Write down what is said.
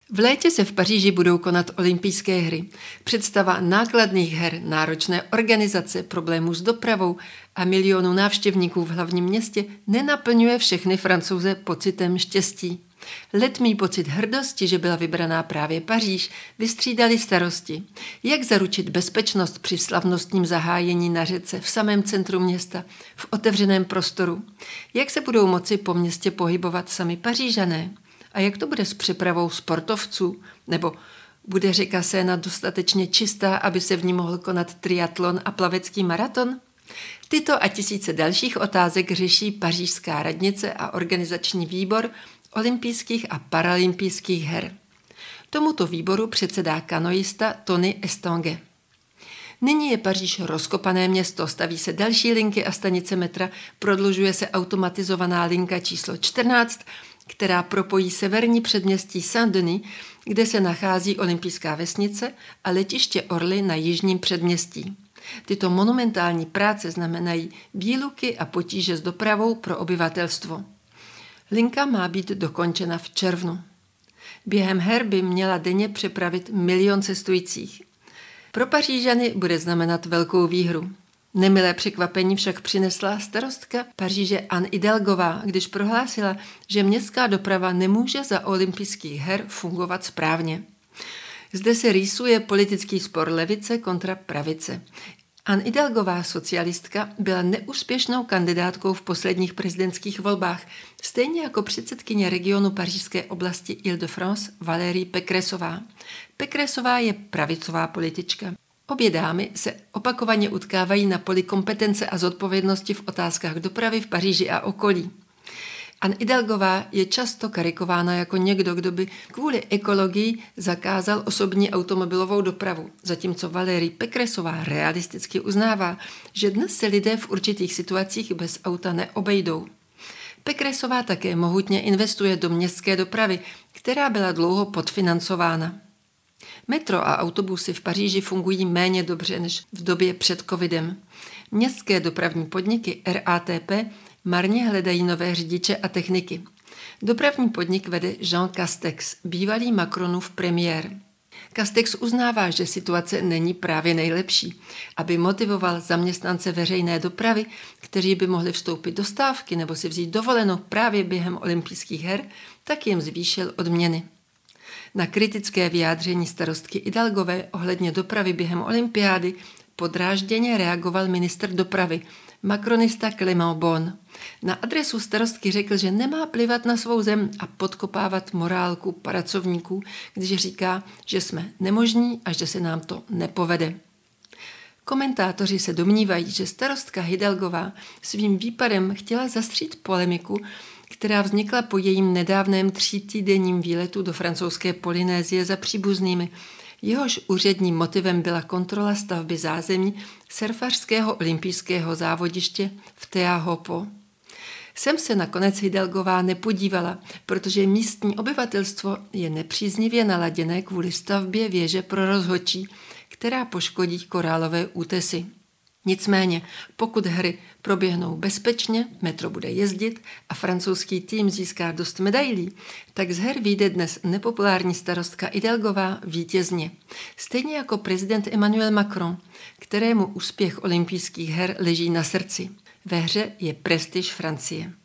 V létě se v Paříži budou konat olympijské hry. Představa nákladných her, náročné organizace, problémů s dopravou a milionů návštěvníků v hlavním městě nenaplňuje všechny Francouze pocitem štěstí. Letmý pocit hrdosti, že byla vybraná právě Paříž, vystřídali starosti. Jak zaručit bezpečnost při slavnostním zahájení na řece v samém centru města, v otevřeném prostoru? Jak se budou moci po městě pohybovat sami Pařížané? A jak to bude s přepravou sportovců? Nebo bude řeka Séna dostatečně čistá, aby se v ní mohl konat triatlon a plavecký maraton? Tyto a tisíce dalších otázek řeší pařížská radnice a organizační výbor olympijských a paralympijských her. Tomuto výboru předsedá kanoista Tony Estanguet. Nyní je Paříž rozkopané město, staví se další linky a stanice metra, prodlužuje se automatizovaná linka číslo 14, která propojí severní předměstí Saint-Denis, kde se nachází olympijská vesnice, a letiště Orly na jižním předměstí. Tyto monumentální práce znamenají výluky a potíže s dopravou pro obyvatelstvo. Linka má být dokončena v červnu. Během her by měla denně přepravit 1 000 000 cestujících. Pro Pařížany bude znamenat velkou výhru. Nemilé překvapení však přinesla starostka Paříže Anne Hidalgová, když prohlásila, že městská doprava nemůže za olympijských her fungovat správně. Zde se rýsuje politický spor levice kontra pravice. Anne Hidalgová, socialistka, byla neúspěšnou kandidátkou v posledních prezidentských volbách, stejně jako předsedkyně regionu pařížské oblasti Île-de-France Valérie Pécressová. Pécressová je pravicová politička. Obě dámy se opakovaně utkávají na poli kompetence a zodpovědnosti v otázkách dopravy v Paříži a okolí. Anne Hidalgová je často karikována jako někdo, kdo by kvůli ekologii zakázal osobní automobilovou dopravu, zatímco Valérie Pécressová realisticky uznává, že dnes se lidé v určitých situacích bez auta neobejdou. Pécressová také mohutně investuje do městské dopravy, která byla dlouho podfinancována. Metro a autobusy v Paříži fungují méně dobře než v době před covidem. Městské dopravní podniky RATP marně hledají nové řidiče a techniky. Dopravní podnik vede Jean Castex, bývalý Macronův premiér. Castex uznává, že situace není právě nejlepší. Aby motivoval zaměstnance veřejné dopravy, kteří by mohli vstoupit do stávky nebo si vzít dovolenou právě během olympijských her, tak jim zvýšil odměny. Na kritické vyjádření starostky Hidalgové ohledně dopravy během olympiády podrážděně reagoval ministr dopravy, makronista Clément Beaune. Na adresu starostky řekl, že nemá plivat na svou zem a podkopávat morálku pracovníků, když říká, že jsme nemožní a že se nám to nepovede. Komentátoři se domnívají, že starostka Hidalgová svým výpadem chtěla zastřít polemiku, která vznikla po jejím nedávném 3týdenním výletu do francouzské Polynésie za příbuznými. Jehož úředním motivem byla kontrola stavby zázemí surfařského olympijského závodiště v Teahopo. Sem se nakonec Hidalgová nepodívala, protože místní obyvatelstvo je nepříznivě naladěné kvůli stavbě věže pro rozhodčí, která poškodí korálové útesy. Nicméně, pokud hry proběhnou bezpečně, metro bude jezdit a francouzský tým získá dost medailí, tak z her vyjde dnes nepopulární starostka Hidalgová vítězně. Stejně jako prezident Emmanuel Macron, kterému úspěch olympijských her leží na srdci. Ve hře je prestiž Francie.